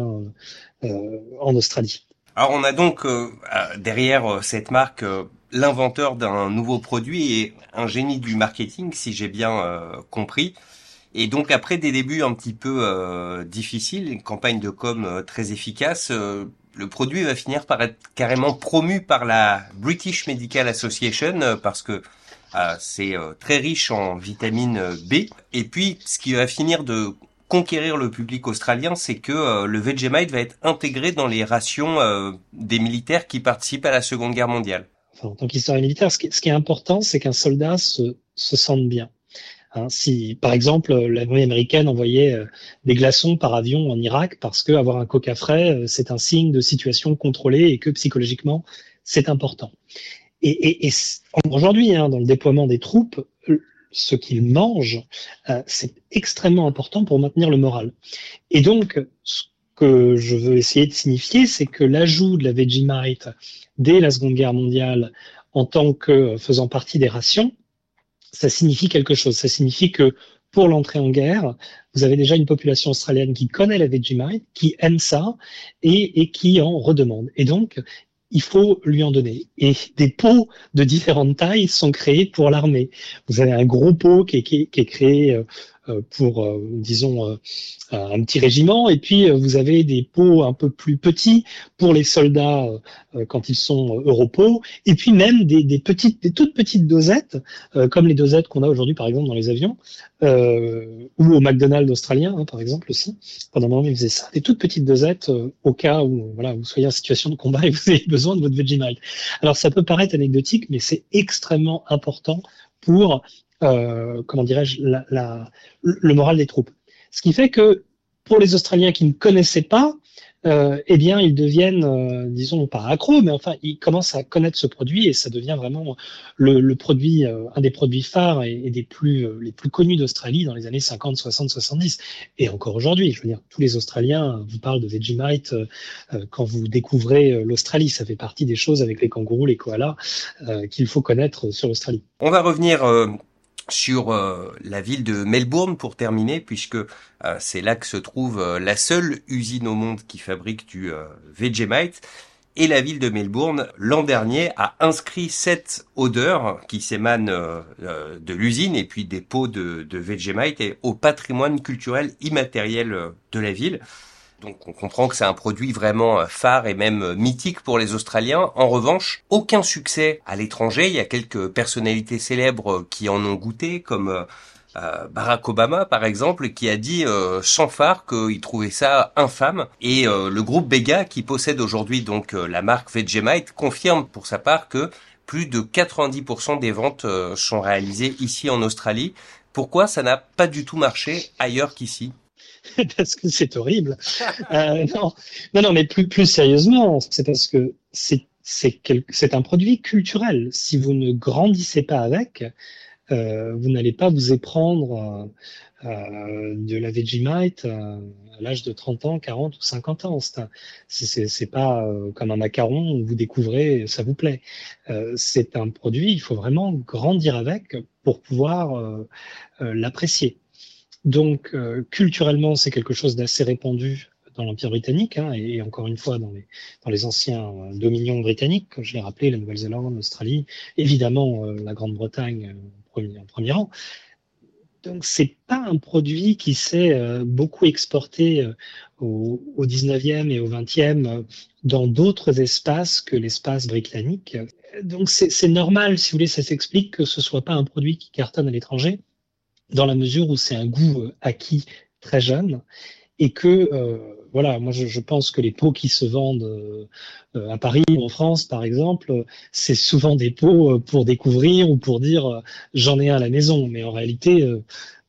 euh, en Australie. Alors on a donc euh, derrière cette marque euh, l'inventeur d'un nouveau produit et un génie du marketing, si j'ai bien euh, compris. Et donc après des débuts un petit peu euh, difficiles, une campagne de com euh, très efficace, euh, le produit va finir par être carrément promu par la British Medical Association euh, parce que euh, c'est euh, très riche en vitamine B. Et puis ce qui va finir de conquérir le public australien, c'est que euh, le Vegemite va être intégré dans les rations euh, des militaires qui participent à la Seconde Guerre mondiale. Enfin, en tant qu'historien militaire, ce qui, ce qui est important, c'est qu'un soldat se, se sente bien. Hein, si, par exemple, l'armée américaine envoyait euh, des glaçons par avion en Irak parce que avoir un coca frais, euh, c'est un signe de situation contrôlée et que psychologiquement, c'est important. Et, et, et aujourd'hui, hein, dans le déploiement des troupes, ce qu'ils mangent, euh, c'est extrêmement important pour maintenir le moral. Et donc, ce que je veux essayer de signifier, c'est que l'ajout de la Vegemite dès la Seconde Guerre mondiale en tant que faisant partie des rations, ça signifie quelque chose. Ça signifie que pour l'entrée en guerre, vous avez déjà une population australienne qui connaît la Vegemite, qui aime ça et, et qui en redemande. Et donc, il faut lui en donner. Et des pots de différentes tailles sont créés pour l'armée. Vous avez un gros pot qui est, qui est, qui est créé euh, pour, euh, disons, euh, un petit régiment, et puis euh, vous avez des pots un peu plus petits pour les soldats euh, quand ils sont Europots, et puis même des, des petites, des toutes petites dosettes, euh, comme les dosettes qu'on a aujourd'hui par exemple dans les avions, euh, ou au McDonald's australien, hein, par exemple aussi. Pendant un moment, ils faisaient ça, des toutes petites dosettes euh, au cas où voilà vous soyez en situation de combat et vous avez besoin de votre Vegemite. Alors ça peut paraître anecdotique, mais c'est extrêmement important pour Euh, comment dirais-je, la, la, le moral des troupes. Ce qui fait que pour les Australiens qui ne connaissaient pas, euh, eh bien, ils deviennent, euh, disons, pas accros, mais enfin, ils commencent à connaître ce produit et ça devient vraiment le, le produit, euh, un des produits phares et, et des plus, euh, les plus connus d'Australie dans les années cinquante, soixante, soixante-dix. Et encore aujourd'hui, je veux dire, tous les Australiens vous parlent de Vegemite euh, quand vous découvrez euh, l'Australie. Ça fait partie des choses avec les kangourous, les koalas, euh, qu'il faut connaître sur l'Australie. On va revenir euh... sur euh, la ville de Melbourne pour terminer, puisque euh, c'est là que se trouve euh, la seule usine au monde qui fabrique du euh, Vegemite. Et la ville de Melbourne, l'an dernier, a inscrit cette odeur qui s'émane euh, euh, de l'usine et puis des pots de, de Vegemite et au patrimoine culturel immatériel euh, de la ville. Donc on comprend que c'est un produit vraiment phare et même mythique pour les Australiens. En revanche, aucun succès à l'étranger. Il y a quelques personnalités célèbres qui en ont goûté, comme euh, Barack Obama par exemple, qui a dit euh, sans phare qu'il trouvait ça infâme. Et euh, le groupe Bega, qui possède aujourd'hui donc euh, la marque Vegemite, confirme pour sa part que plus de quatre-vingt-dix pour cent des ventes euh, sont réalisées ici en Australie. Pourquoi ça n'a pas du tout marché ailleurs qu'ici ? Parce que c'est horrible. Euh, non, non, non, mais plus, plus sérieusement, c'est parce que c'est, c'est, quel, c'est un produit culturel. Si vous ne grandissez pas avec, euh, vous n'allez pas vous éprendre euh, de la Vegemite euh, à l'âge de trente ans, quarante ou cinquante ans. C'est, un, c'est, c'est, c'est pas euh, comme un macaron où vous découvrez, ça vous plaît. Euh, c'est un produit, il faut vraiment grandir avec pour pouvoir euh, euh, l'apprécier. Donc, euh, culturellement, c'est quelque chose d'assez répandu dans l'Empire britannique, hein, et, et encore une fois dans les, dans les anciens euh, dominions britanniques, comme je l'ai rappelé, la Nouvelle-Zélande, l'Australie, évidemment euh, la Grande-Bretagne euh, en, premier, en premier rang. Donc, c'est pas un produit qui s'est euh, beaucoup exporté euh, au, au dix-neuvième et au vingtième euh, dans d'autres espaces que l'espace britannique. Donc, c'est, c'est normal, si vous voulez, ça s'explique que ce soit pas un produit qui cartonne à l'étranger, dans la mesure où c'est un goût euh, acquis très jeune et que, euh, voilà, moi je, je pense que les pots qui se vendent euh, à Paris ou en France, par exemple, c'est souvent des pots pour découvrir ou pour dire euh, j'en ai un à la maison. Mais en réalité, euh,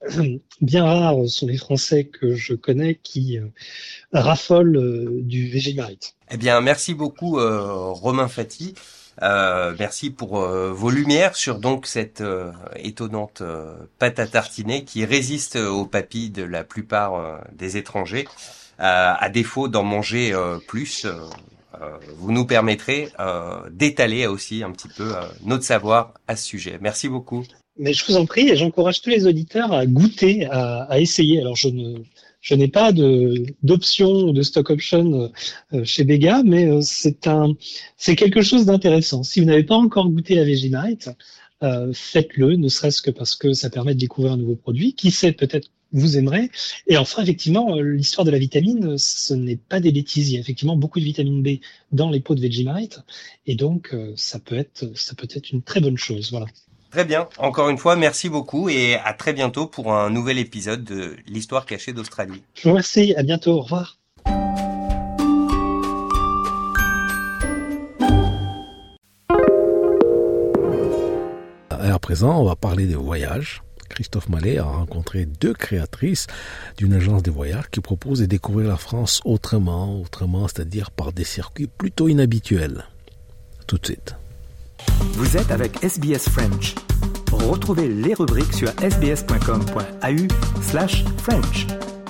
bien rares sont les Français que je connais qui euh, raffolent euh, du Vegemite. Eh bien, merci beaucoup euh, Romain Fati. Euh, merci pour euh, vos lumières sur donc cette euh, étonnante euh, pâte à tartiner qui résiste euh, aux papilles de la plupart euh, des étrangers. Euh, à défaut d'en manger euh, plus, euh, euh, vous nous permettrez euh, d'étaler aussi un petit peu euh, notre savoir à ce sujet. Merci beaucoup. Mais je vous en prie et j'encourage tous les auditeurs à goûter, à, à essayer. Alors je ne Je n'ai pas de d'option ou de stock option euh, chez Bega, mais euh, c'est un c'est quelque chose d'intéressant. Si vous n'avez pas encore goûté la Vegemite, euh, faites-le, ne serait-ce que parce que ça permet de découvrir un nouveau produit. Qui sait, peut-être vous aimerez. Et enfin, effectivement, l'histoire de la vitamine, ce n'est pas des bêtises. Il y a effectivement beaucoup de vitamine B dans les pots de Vegemite, et donc ça peut être, ça peut être une très bonne chose. Voilà. Très bien. Encore une fois, merci beaucoup et à très bientôt pour un nouvel épisode de l'histoire cachée d'Australie. Je vous remercie. À bientôt. Au revoir. Et à présent, on va parler des voyages. Christophe Mallet a rencontré deux créatrices d'une agence de voyage qui propose de découvrir la France autrement, autrement, c'est-à-dire par des circuits plutôt inhabituels. Tout de suite. Vous êtes avec S B S French. Retrouvez les rubriques sur sbs.com.au slash French.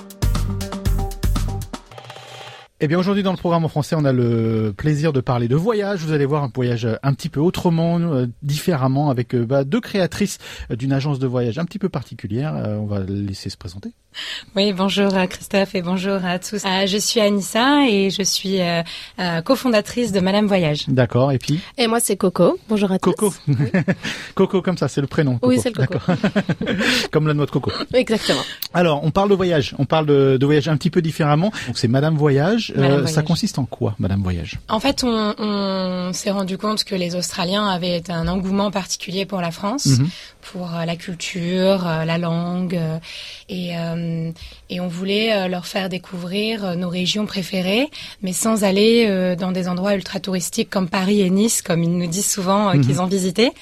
Eh bien, aujourd'hui, dans le programme en français, on a le plaisir de parler de voyage. Vous allez voir un voyage un petit peu autrement, euh, différemment, avec euh, bah, deux créatrices d'une agence de voyage un petit peu particulière. Euh, on va les laisser se présenter. Oui, bonjour Christophe et bonjour à tous. Euh, je suis Anissa et je suis euh, euh, cofondatrice de Madame Voyage. D'accord, et puis Et moi, c'est Coco. Bonjour à tous. Coco. Oui. Coco, comme ça, c'est le prénom. Coco. Oui, c'est le Coco. Comme la noix de coco. Exactement. Alors, on parle de voyage. On parle de, de voyage un petit peu différemment. Donc, c'est Madame Voyage. Madame euh, Voyage. Ça consiste en quoi, Madame Voyage? En fait, on, on s'est rendu compte que les Australiens avaient un engouement particulier pour la France, mm-hmm. pour euh, la culture, euh, la langue, euh, et, euh, et on voulait euh, leur faire découvrir euh, nos régions préférées, mais sans aller euh, dans des endroits ultra touristiques comme Paris et Nice, comme ils nous disent souvent euh, mm-hmm. qu'ils ont visité.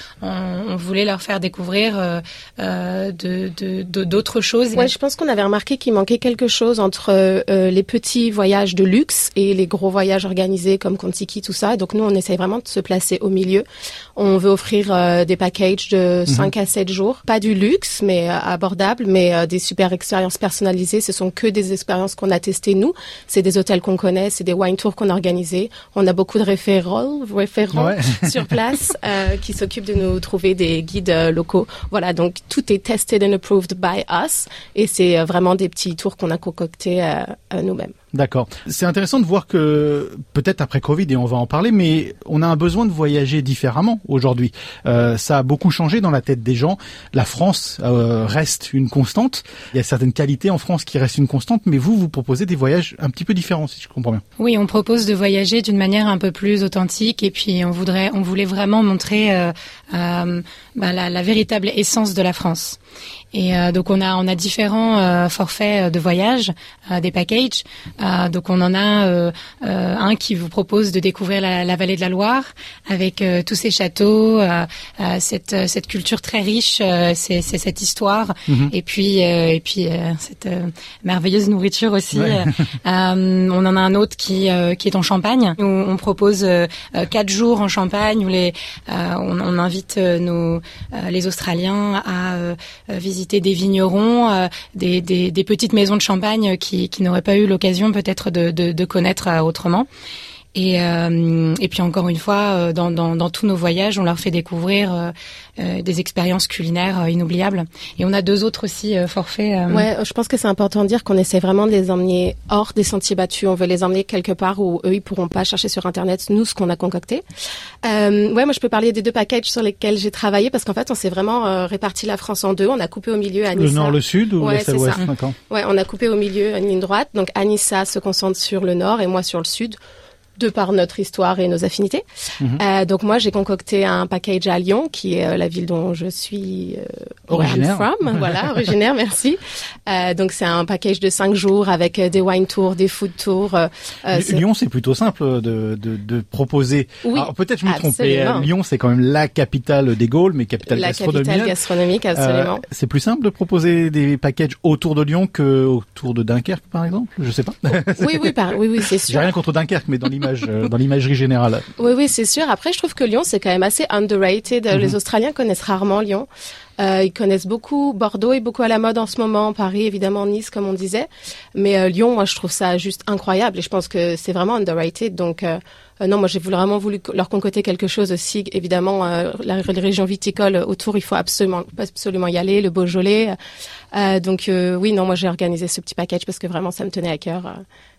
On, on voulait leur faire découvrir euh, euh, de, de, de, d'autres choses. Ouais, je pense qu'on avait remarqué qu'il manquait quelque chose entre euh, les petits voyages de luxe et les gros voyages organisés comme Contiki, tout ça. Et donc nous, on essaye vraiment de se placer au milieu. On veut offrir euh, des packages de cinq à sept jours. Pas du luxe, mais euh, abordable, mais euh, des super expériences personnalisées. Ce sont que des expériences qu'on a testées, nous. C'est des hôtels qu'on connaît, c'est des wine tours qu'on a organisés. On a beaucoup de référents, référents ouais. sur place euh, qui s'occupent de nous trouver des guides euh, locaux. Voilà, donc tout est tested and approved by us et c'est euh, vraiment des petits tours qu'on a concoctés euh, euh, nous-mêmes. D'accord. C'est intéressant de voir que, peut-être après Covid, et on va en parler, mais on a un besoin de voyager différemment aujourd'hui. Euh, ça a beaucoup changé dans la tête des gens. La France euh, reste une constante. Il y a certaines qualités en France qui restent une constante, mais vous, vous proposez des voyages un petit peu différents, si je comprends bien. Oui, on propose de voyager d'une manière un peu plus authentique, et puis on voudrait, on voulait vraiment montrer euh, euh, bah, la, la véritable essence de la France. Et euh, donc on a on a différents euh, forfaits de voyage, euh, des packages. Euh, donc on en a euh, euh, un qui vous propose de découvrir la, la vallée de la Loire avec euh, tous ces châteaux, euh, euh, cette cette culture très riche, euh, c'est c'est cette histoire. Mm-hmm. Et puis euh, et puis euh, cette euh, merveilleuse nourriture aussi. Ouais. euh, on en a un autre qui euh, qui est en Champagne. Où on propose euh, quatre jours en Champagne où les euh, on, on invite euh, nos euh, les Australiens à euh, visiter des vignerons, euh, des, des, des petites maisons de champagne qui, qui n'auraient pas eu l'occasion peut-être de, de, de connaître euh, autrement. Et, euh, et puis encore une fois, euh, dans, dans, dans tous nos voyages, on leur fait découvrir euh, euh, des expériences culinaires euh, inoubliables. Et on a deux autres aussi euh, forfaits. Euh... Ouais, je pense que c'est important de dire qu'on essaie vraiment de les emmener hors des sentiers battus. On veut les emmener quelque part où eux, ils pourront pas chercher sur Internet, nous, ce qu'on a concocté. Euh, ouais, moi, je peux parler des deux packages sur lesquels j'ai travaillé parce qu'en fait, on s'est vraiment euh, réparti la France en deux. On a coupé au milieu Anissa. Le nord, le sud ou ouais, l'est, l'ouest, d'accord. Ouais, on a coupé au milieu une ligne droite. Donc, Anissa se concentre sur le nord et moi sur le sud, de par notre histoire et nos affinités. Mmh. Euh, donc moi, j'ai concocté un package à Lyon, qui est euh, la ville dont je suis euh, originaire. From, voilà, originaire, merci. Euh, donc c'est un package de cinq jours avec euh, des wine tours, des food tours. Euh, c'est... Lyon, c'est plutôt simple de, de, de proposer. Oui, alors peut-être je me trompe, mais euh, Lyon, c'est quand même la capitale des Gaules, mais capitale la gastronomique. La capitale gastronomique, absolument. Euh, c'est plus simple de proposer des packages autour de Lyon que autour de Dunkerque, par exemple. Je sais pas. Oui, oui, par... oui, oui, c'est sûr. J'ai rien contre Dunkerque, mais dans l'image, euh, dans l'imagerie générale. Oui, oui, c'est sûr. Après, je trouve que Lyon, c'est quand même assez underrated. Mm-hmm. Les Australiens connaissent rarement Lyon. Euh, ils connaissent beaucoup Bordeaux est beaucoup à la mode en ce moment, Paris évidemment, Nice comme on disait, mais euh, Lyon, moi je trouve ça juste incroyable et je pense que c'est vraiment underrated. Donc euh, euh, non, moi j'ai vraiment voulu leur concocter quelque chose aussi. Évidemment, euh, la, la région viticole autour, il faut absolument absolument y aller, le Beaujolais. Euh, donc euh, oui, non, moi j'ai organisé ce petit package parce que vraiment ça me tenait à cœur. Euh,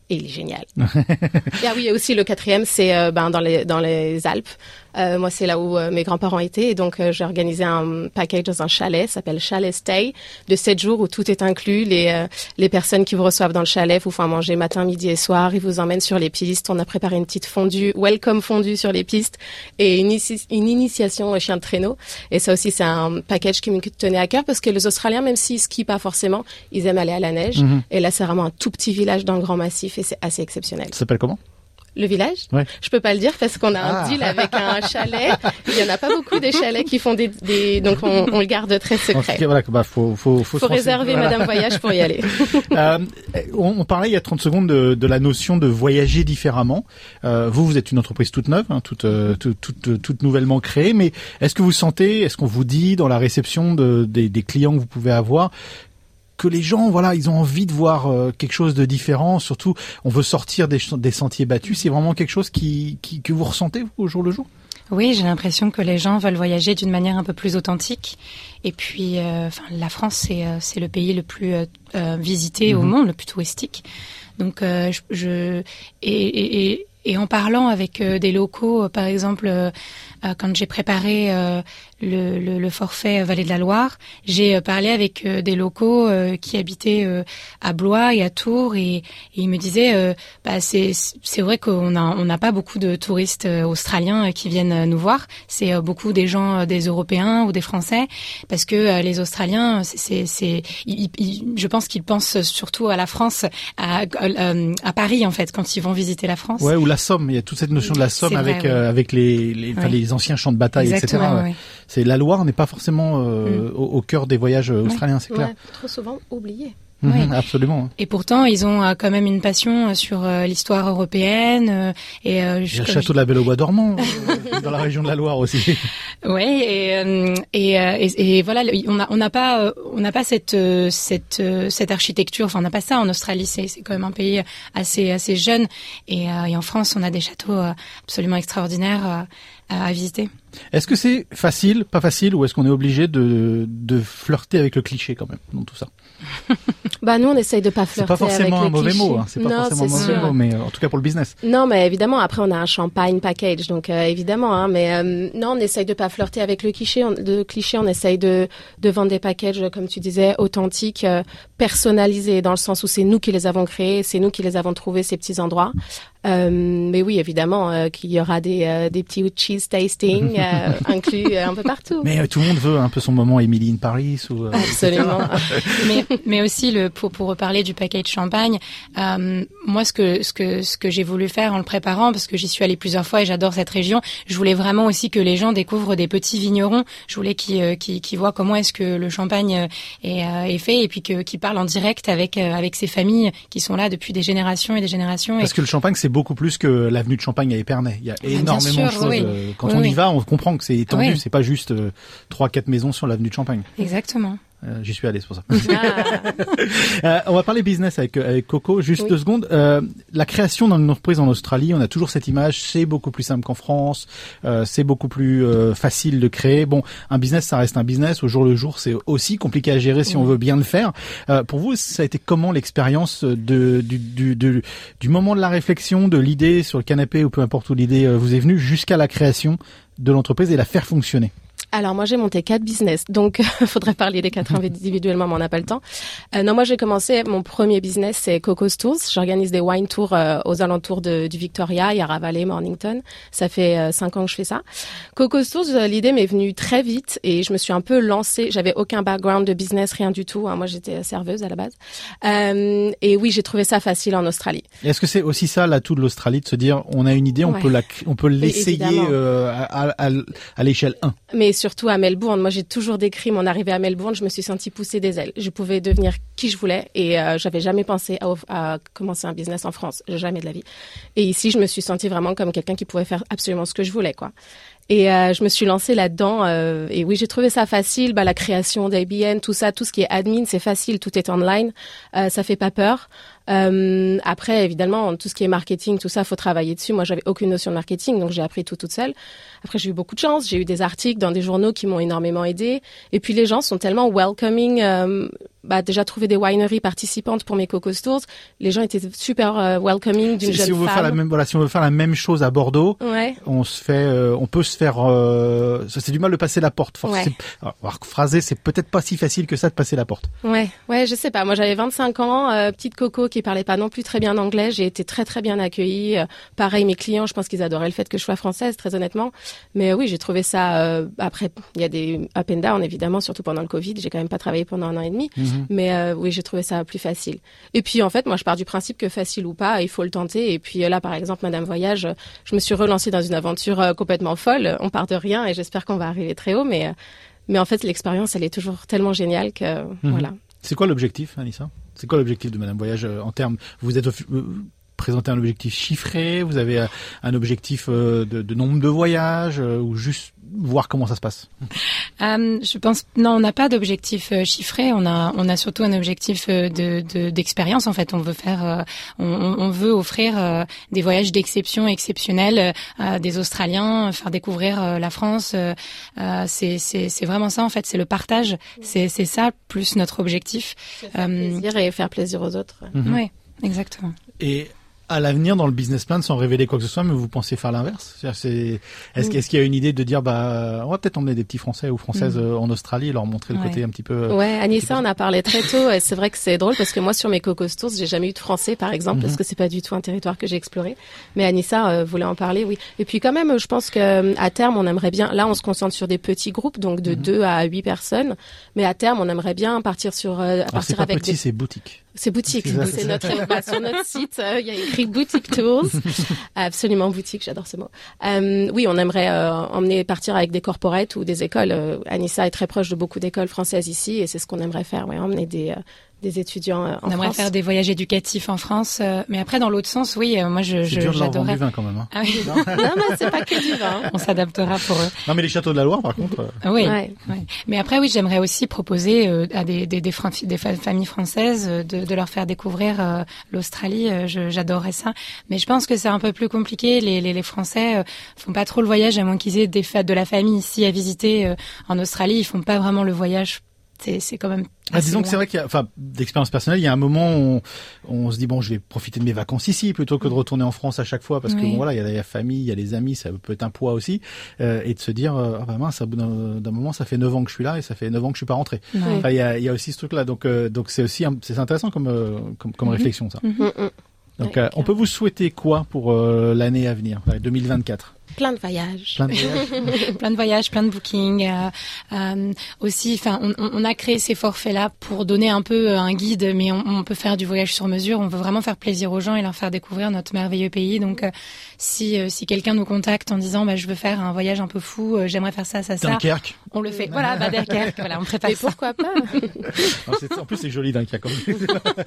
Et il est génial. Et ah oui, et aussi le quatrième, c'est euh, ben dans les dans les Alpes. Euh, moi, c'est là où euh, mes grands-parents étaient, et donc euh, j'ai organisé un package dans un chalet, ça s'appelle Chalet Stay, de sept jours où tout est inclus. Les euh, les personnes qui vous reçoivent dans le chalet vous font à manger matin, midi et soir. Ils vous emmènent sur les pistes. On a préparé une petite fondue, welcome fondue sur les pistes, et une, inici- une initiation au chien de traîneau. Et ça aussi, c'est un package qui me tenait à cœur parce que les Australiens, même s'ils skient pas forcément, ils aiment aller à la neige. Mm-hmm. Et là, c'est vraiment un tout petit village dans le Grand Massif, et c'est assez exceptionnel. Ça s'appelle comment ? Le village? Ouais. Je peux pas le dire parce qu'on a ah. un deal avec un chalet. Il y en a pas beaucoup des chalets qui font des, des... donc on, on le garde très secret. Okay, voilà, bah faut faut faut, faut réserver voilà. Madame Voyage pour y aller. euh, on, on parlait il y a trente secondes de, de la notion de voyager différemment. Euh, vous vous êtes une entreprise toute neuve, hein, toute, euh, toute toute toute nouvellement créée, mais est-ce que vous sentez, est-ce qu'on vous dit dans la réception de, des, des clients que vous pouvez avoir que les gens, voilà, ils ont envie de voir euh, quelque chose de différent. Surtout, on veut sortir des, des sentiers battus. C'est vraiment quelque chose qui, qui que vous ressentez vous, au jour le jour. Oui, j'ai l'impression que les gens veulent voyager d'une manière un peu plus authentique. Et puis, euh, enfin, la France, c'est euh, c'est le pays le plus euh, euh, visité mmh. au monde, le plus touristique. Donc, euh, je, je et, et, et Et en parlant avec euh, des locaux, euh, par exemple, euh, euh, quand j'ai préparé euh, le, le, le forfait Vallée de la Loire, j'ai euh, parlé avec euh, des locaux euh, qui habitaient euh, à Blois et à Tours, et, et ils me disaient, euh, bah, c'est c'est vrai qu'on a on n'a pas beaucoup de touristes euh, australiens euh, qui viennent euh, nous voir. C'est euh, beaucoup des gens, euh, des Européens ou des Français, parce que euh, les Australiens, c'est c'est, c'est ils, ils, je pense qu'ils pensent surtout à la France, à, à, à Paris en fait, quand ils vont visiter la France. Ouais, ou la Somme, il y a toute cette notion de la Somme c'est avec vrai, euh, oui. avec les les, oui. les anciens champs de bataille, exactement, et cetera. Oui. C'est la Loire n'est pas forcément euh, mm. au, au cœur des voyages australiens, c'est clair. Ouais, trop souvent oublié. Mmh, oui. Absolument. Et pourtant, ils ont euh, quand même une passion euh, sur euh, l'histoire européenne. Euh, et euh, il y a le château je... de la Belle au Bois dormant euh, dans la région de la Loire aussi. Oui, et, euh, et, euh, et, et voilà, on n'a on n'a pas euh, on n'a pas cette euh, cette euh, cette architecture. Enfin, on n'a pas ça en Australie. C'est c'est quand même un pays assez assez jeune. Et, euh, et en France, on a des châteaux euh, absolument extraordinaires euh, à visiter. Est-ce que c'est facile, pas facile, ou est-ce qu'on est obligé de de flirter avec le cliché quand même dans tout ça? Bah nous on essaye de pas flirter avec les clichés. C'est pas forcément un mauvais mot, hein. C'est pas non, forcément un mauvais mot, mais en tout cas pour le business. Non, mais évidemment après on a un champagne package, donc euh, évidemment, hein, mais euh, non on essaye de pas flirter avec le cliché. On, de cliché, on essaye de de vendre des packages comme tu disais authentiques, euh, personnalisés dans le sens où c'est nous qui les avons créés, c'est nous qui les avons trouvés ces petits endroits. Euh, mais oui, évidemment, euh, qu'il y aura des euh, des petits cheese tasting euh, inclus euh, un peu partout. Mais euh, tout le monde veut un peu son moment Emily in Paris ou. Euh, Absolument. mais mais aussi le pour pour reparler du package champagne. Euh, moi, ce que ce que ce que j'ai voulu faire en le préparant, parce que j'y suis allée plusieurs fois et j'adore cette région, je voulais vraiment aussi que les gens découvrent des petits vignerons. Je voulais qu'ils euh, qu'ils, qu'ils voient comment est-ce que le champagne est euh, est fait, et puis que qu'ils parlent en direct avec euh, avec ces familles qui sont là depuis des générations et des générations. Parce et... que le champagne, c'est beaucoup plus que l'avenue de Champagne à Épernay. Il y a ah, énormément sûr, de choses. Oui. Quand oui, on oui. y va, on comprend que c'est étendu. Oui. C'est pas juste trois, euh, quatre maisons sur l'avenue de Champagne. Exactement. Euh, j'y suis allé, c'est pour ça. Ah. euh, on va parler business avec avec Coco. Juste oui. deux secondes. Euh, la création d'une entreprise en Australie, on a toujours cette image. C'est beaucoup plus simple qu'en France. Euh, c'est beaucoup plus euh, facile de créer. Bon, un business, ça reste un business. Au jour le jour, c'est aussi compliqué à gérer si oui. on veut bien le faire. Euh, pour vous, ça a été comment l'expérience de du du du, du moment de la réflexion, de l'idée sur le canapé ou peu importe où l'idée vous est venue, jusqu'à la création de l'entreprise et la faire fonctionner? Alors moi j'ai monté quatre business, donc il faudrait parler des quatre individuellement, mais on n'a pas le temps. Euh, non, moi j'ai commencé, mon premier business c'est Coco's Tours. J'organise des wine tours euh, aux alentours de, du Victoria, Yarra Valley, Mornington. Ça fait euh, cinq ans que je fais ça. Coco's Tours, euh, l'idée m'est venue très vite et je me suis un peu lancée. J'avais aucun background de business, rien du tout. Hein. Moi j'étais serveuse à la base. Euh, et oui, j'ai trouvé ça facile en Australie. Et est-ce que c'est aussi ça l'atout de l'Australie, de se dire on a une idée, on ouais. peut la, on peut l'essayer euh, à, à, à l'échelle un. Mais surtout à Melbourne. Moi, j'ai toujours décrit mon arrivée à Melbourne. Je me suis sentie pousser des ailes. Je pouvais devenir qui je voulais et euh, j'avais jamais pensé à, à commencer un business en France. Jamais de la vie. Et ici, je me suis sentie vraiment comme quelqu'un qui pouvait faire absolument ce que je voulais, quoi. Et euh, je me suis lancée là-dedans. Euh, et oui, j'ai trouvé ça facile. Bah, la création d'A B N, tout ça, tout ce qui est admin, c'est facile. Tout est online. Euh, ça fait pas peur. Euh, après, évidemment, tout ce qui est marketing, tout ça, faut travailler dessus. Moi, j'avais aucune notion de marketing, donc j'ai appris tout toute seule. Après, j'ai eu beaucoup de chance. J'ai eu des articles dans des journaux qui m'ont énormément aidée. Et puis, les gens sont tellement welcoming. Euh, bah, déjà trouvé des wineries participantes pour mes Cocos Tours. Les gens étaient super euh, welcoming d'une si, jeune si on veut femme. Faire la même, voilà, si on veut faire la même chose à Bordeaux, ouais. on se fait, euh, on peut se faire. Euh, c'est du mal de passer la porte. Force, ouais. Alors, phraser, c'est peut-être pas si facile que ça de passer la porte. Ouais, ouais, je sais pas. Moi, j'avais vingt-cinq ans, euh, petite Coco qui parlait pas non plus très bien anglais. J'ai été très très bien accueillie. Euh, pareil, mes clients, je pense qu'ils adoraient le fait que je sois française, très honnêtement. Mais euh, oui, j'ai trouvé ça. Euh, après, il y a des up and down évidemment, surtout pendant le Covid. J'ai quand même pas travaillé pendant un an et demi. Mm-hmm. Mais euh, oui, j'ai trouvé ça plus facile. Et puis en fait, moi, je pars du principe que facile ou pas, il faut le tenter. Et puis là, par exemple, Madame Voyage, je me suis relancée dans une aventure euh, complètement folle. On part de rien et j'espère qu'on va arriver très haut. Mais euh, mais en fait, l'expérience, elle est toujours tellement géniale que mm-hmm. voilà. C'est quoi l'objectif, Anissa? C'est quoi l'objectif de Madame Voyage euh, en termes? Vous êtes euh, présenté un objectif chiffré? Vous avez euh, un objectif euh, de, de nombre de voyages euh, ou juste voir comment ça se passe? euh, Je pense non, on n'a pas d'objectif euh, chiffré. On a on a surtout un objectif euh, de, de d'expérience. En fait, on veut faire, euh, on, on veut offrir euh, des voyages d'exception, exceptionnels à des Australiens, faire découvrir euh, la France. Euh, c'est c'est c'est vraiment ça en fait. C'est le partage. C'est c'est ça plus notre objectif. Faire euh, plaisir et faire plaisir aux autres. Mm-hmm. Oui, exactement. Et à l'avenir, dans le business plan, sans révéler quoi que ce soit, mais vous pensez faire l'inverse? C'est-à-dire, c'est, est-ce, mmh. est-ce qu'il y a une idée de dire, bah, on va peut-être emmener des petits Français ou Françaises mmh. en Australie et leur montrer le ouais. côté un petit peu... Ouais, Anissa, on a parlé très tôt, et c'est vrai que c'est drôle parce que moi, sur mes Cocos Tours, j'ai jamais eu de Français, par exemple, mmh. parce que c'est pas du tout un territoire que j'ai exploré. Mais Anissa euh, voulait en parler, oui. Et puis quand même, je pense que à terme, on aimerait bien, là, on se concentre sur des petits groupes, donc de mmh. deux à huit personnes, mais à terme, on aimerait bien partir sur, euh, Alors, partir c'est pas avec petit, des... c'est boutique. C'est boutique. C'est, c'est notre, bah, sur notre site, il euh, y a écrit boutique tours. Absolument boutique, j'adore ce mot. Euh, oui, on aimerait euh, emmener partir avec des corporates ou des écoles. Euh, Anissa est très proche de beaucoup d'écoles françaises ici et c'est ce qu'on aimerait faire. Ouais, emmener des euh, des étudiants euh, en on aimerait France. faire des voyages éducatifs en France, euh, mais après dans l'autre sens, oui, euh, moi je, c'est je dur de leur j'adorais. vendre du vin quand même. Hein. Ah oui. non, non, mais c'est pas que du vin. On s'adaptera pour eux. Non, mais les châteaux de la Loire, par contre. Euh... Oui. Ouais. Ouais. Mais après, oui, j'aimerais aussi proposer euh, à des des des, fran- des familles françaises euh, de de leur faire découvrir euh, l'Australie. Euh, je, j'adorerais ça. Mais je pense que c'est un peu plus compliqué. Les les, les Français euh, font pas trop le voyage à moins qu'ils aient des fêtes de la famille ici à visiter. Euh, en Australie, ils font pas vraiment le voyage. C'est, c'est quand même. Ah, disons loin. Que c'est vrai qu'il y a, enfin, d'expérience personnelle, il y a un moment où on, on se dit bon, je vais profiter de mes vacances ici plutôt que de retourner en France à chaque fois parce oui. que bon voilà, il y a la famille, il y a les amis, ça peut être un poids aussi, euh, et de se dire ah euh, bah mince, à bout d'un, d'un moment, ça fait neuf ans que je suis là et ça fait neuf ans que je suis pas rentré. Ouais. Enfin, il y a, il y a aussi ce truc-là, donc euh, donc c'est aussi, un, c'est intéressant comme euh, comme, comme mm-hmm. réflexion ça. Mm-hmm. Donc, euh, on peut vous souhaiter quoi pour euh, l'année à venir, deux mille vingt-quatre? Plein de voyages. Plein de voyages. plein de voyages, plein de bookings. Euh, euh, aussi, enfin, on, on a créé ces forfaits-là pour donner un peu un guide, mais on, on peut faire du voyage sur mesure. On veut vraiment faire plaisir aux gens et leur faire découvrir notre merveilleux pays. Donc, euh, si euh, si quelqu'un nous contacte en disant, bah, je veux faire un voyage un peu fou, euh, j'aimerais faire ça, ça, ça. Dunkerque. On le fait. Voilà, bah, Dunkerque. Voilà, on prépare et ça. Pourquoi pas? Alors, c'est, en plus, c'est joli Dunkerque. Comme...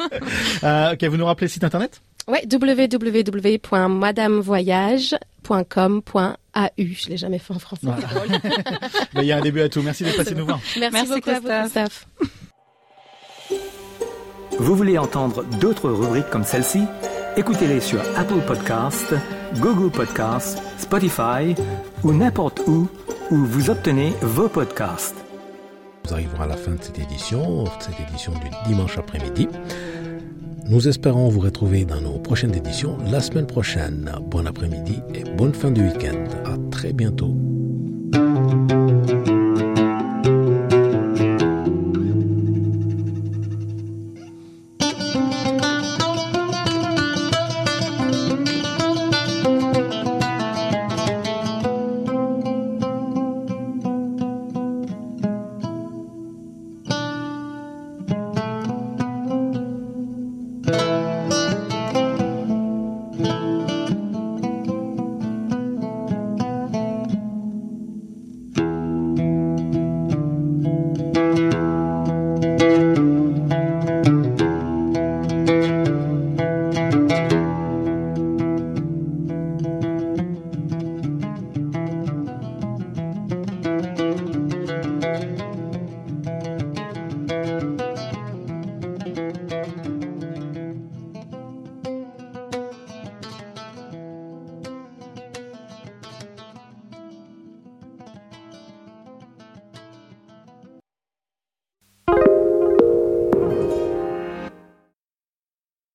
euh, ok, vous nous rappelez le site internet? Ouais, w w w point madame voyage point com point a u. Je l'ai jamais fait en français. Voilà. Il y a un début à tout. Merci d'être passé nous voir. Merci, Merci beaucoup, Christophe. Vous voulez entendre d'autres rubriques comme celle-ci? Écoutez-les sur Apple Podcasts, Google Podcasts, Spotify ou n'importe où où vous obtenez vos podcasts. Nous arrivons à la fin de cette édition, cette édition du dimanche après-midi. Nous espérons vous retrouver dans nos prochaines éditions la semaine prochaine. Bon après-midi et bonne fin de week-end. À très bientôt.